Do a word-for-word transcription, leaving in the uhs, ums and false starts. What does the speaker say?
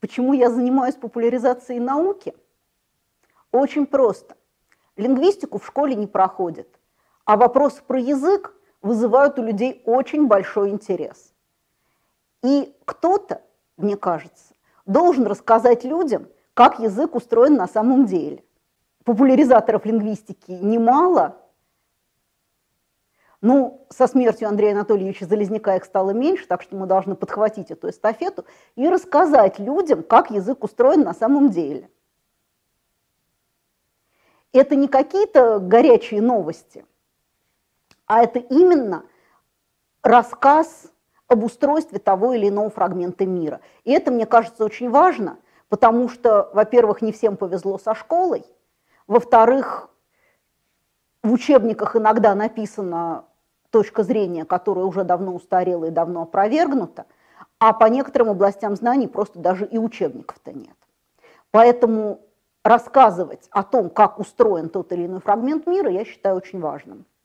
Почему я занимаюсь популяризацией науки? Очень просто. Лингвистику в школе не проходят, а вопросы про язык вызывают у людей очень большой интерес. И кто-то, мне кажется, должен рассказать людям, как язык устроен на самом деле. Популяризаторов лингвистики немало. Ну, со смертью Андрея Анатольевича Залезняка их стало меньше, так что мы должны подхватить эту эстафету и рассказать людям, как язык устроен на самом деле. Это не какие-то горячие новости, а это именно рассказ об устройстве того или иного фрагмента мира. И это, мне кажется, очень важно, потому что, во-первых, не всем повезло со школой, во-вторых, в учебниках иногда написана точка зрения, которая уже давно устарела и давно опровергнута, а по некоторым областям знаний просто даже и учебников-то нет. Поэтому рассказывать о том, как устроен тот или иной фрагмент мира, я считаю очень важным.